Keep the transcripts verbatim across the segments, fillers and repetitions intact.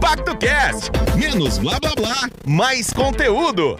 PactoCast, menos blá blá blá, mais conteúdo.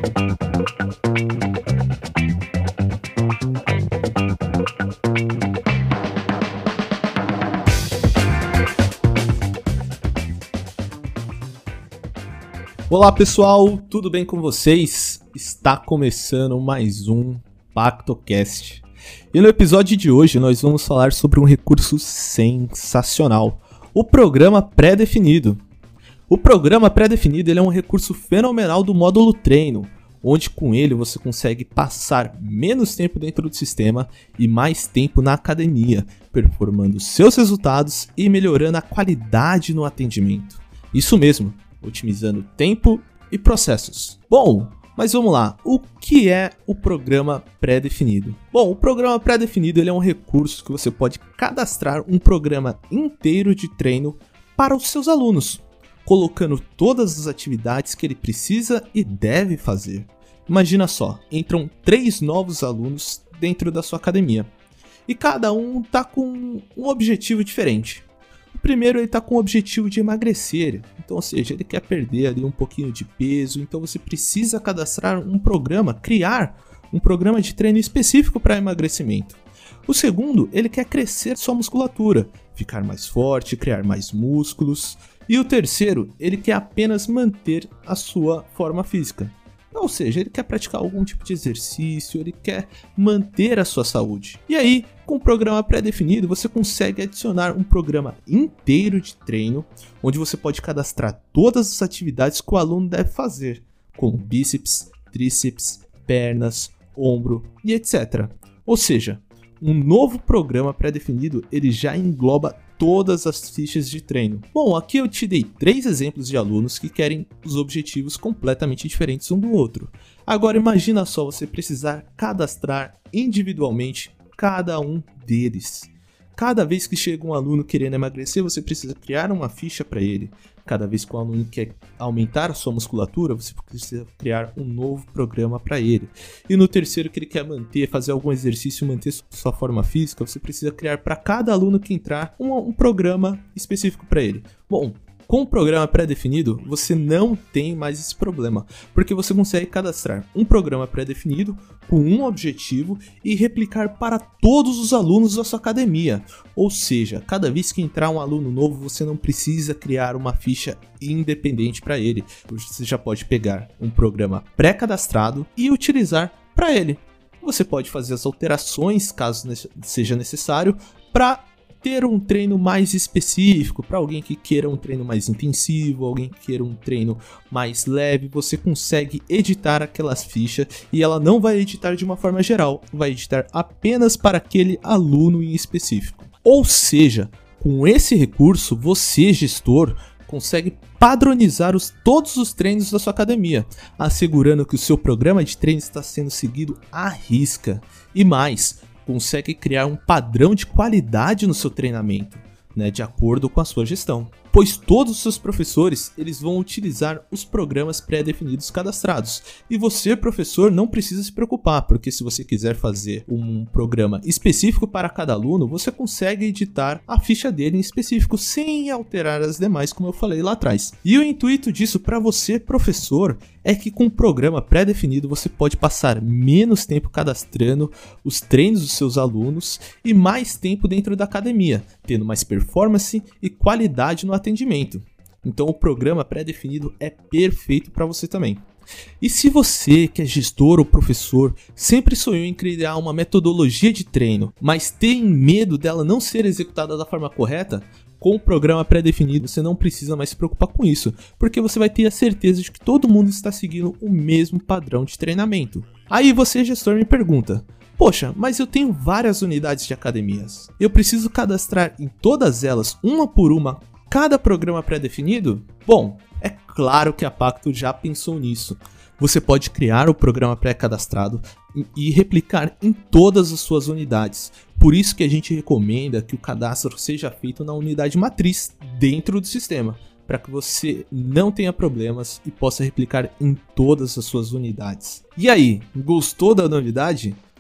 Olá pessoal, tudo bem com vocês? Está começando mais um PactoCast. E no episódio de hoje nós vamos falar sobre um recurso sensacional, o programa pré-definido. O programa pré-definido ele é um recurso fenomenal do módulo treino, onde com ele você consegue passar menos tempo dentro do sistema e mais tempo na academia, performando seus resultados e melhorando a qualidade no atendimento. Isso mesmo, otimizando tempo e processos. Bom, mas vamos lá, o que é o programa pré-definido? Bom, o programa pré-definido ele é um recurso que você pode cadastrar um programa inteiro de treino para os seus alunos, colocando todas as atividades que ele precisa e deve fazer. Imagina só, entram três novos alunos dentro da sua academia e cada um está com um objetivo diferente. O primeiro ele está com o objetivo de emagrecer, então, ou seja, ele quer perder ali um pouquinho de peso, então você precisa cadastrar um programa, criar um programa de treino específico para emagrecimento. O segundo, ele quer crescer sua musculatura, ficar mais forte, criar mais músculos. E o terceiro, ele quer apenas manter a sua forma física. Ou seja, ele quer praticar algum tipo de exercício, ele quer manter a sua saúde. E aí, com o programa pré-definido, você consegue adicionar um programa inteiro de treino, onde você pode cadastrar todas as atividades que o aluno deve fazer, como bíceps, tríceps, pernas, ombro e etcétera. Ou seja, um novo programa pré-definido ele já engloba todas as fichas de treino. Bom, aqui eu te dei três exemplos de alunos que querem os objetivos completamente diferentes um do outro. Agora imagina só você precisar cadastrar individualmente cada um deles. Cada vez que chega um aluno querendo emagrecer, você precisa criar uma ficha para ele. Cada vez que um aluno quer aumentar a sua musculatura, você precisa criar um novo programa para ele. E no terceiro, que ele quer manter, fazer algum exercício, manter sua forma física, você precisa criar para cada aluno que entrar um, um programa específico para ele. Bom, com o programa pré-definido, você não tem mais esse problema, porque você consegue cadastrar um programa pré-definido com um objetivo e replicar para todos os alunos da sua academia. Ou seja, cada vez que entrar um aluno novo, você não precisa criar uma ficha independente para ele. Você já pode pegar um programa pré-cadastrado e utilizar para ele. Você pode fazer as alterações, caso seja necessário, para ter um treino mais específico, para alguém que queira um treino mais intensivo, alguém que queira um treino mais leve, você consegue editar aquelas fichas e ela não vai editar de uma forma geral, vai editar apenas para aquele aluno em específico. Ou seja, com esse recurso, você, gestor, consegue padronizar os, todos os treinos da sua academia, assegurando que o seu programa de treino está sendo seguido à risca. E mais, consegue criar um padrão de qualidade no seu treinamento, né, de acordo com a sua gestão. Pois todos os seus professores eles vão utilizar os programas pré-definidos cadastrados. E você, professor, não precisa se preocupar, porque se você quiser fazer um programa específico para cada aluno, você consegue editar a ficha dele em específico, sem alterar as demais, como eu falei lá atrás. E o intuito disso para você, professor, é que com o programa pré-definido você pode passar menos tempo cadastrando os treinos dos seus alunos e mais tempo dentro da academia, tendo mais performance e qualidade no atendimento. Então o programa pré-definido é perfeito para você também. E se você, que é gestor ou professor, sempre sonhou em criar uma metodologia de treino, mas tem medo dela não ser executada da forma correta, com o programa pré-definido você não precisa mais se preocupar com isso, porque você vai ter a certeza de que todo mundo está seguindo o mesmo padrão de treinamento. Aí você, gestor, me pergunta: poxa, mas eu tenho várias unidades de academias, eu preciso cadastrar em todas elas, uma por uma, cada programa pré-definido? Bom, é claro que a Pacto já pensou nisso. Você pode criar o programa pré-cadastrado e replicar em todas as suas unidades. Por isso que a gente recomenda que o cadastro seja feito na unidade matriz dentro do sistema, para que você não tenha problemas e possa replicar em todas as suas unidades. E aí, gostou da novidade?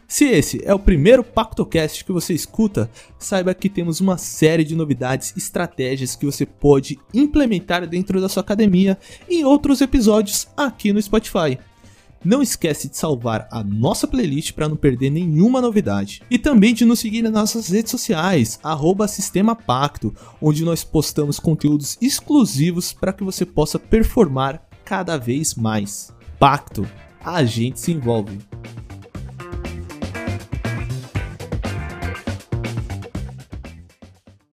Se esse é o primeiro PactoCast que você escuta, saiba que temos uma série de novidades e estratégias que você pode implementar dentro da sua academia em outros episódios aqui no Spotify. Não esquece de salvar a nossa playlist para não perder nenhuma novidade. E também de nos seguir nas nossas redes sociais, arroba Sistema Pacto, onde nós postamos conteúdos exclusivos para que você possa performar cada vez mais. Pacto, a gente se envolve.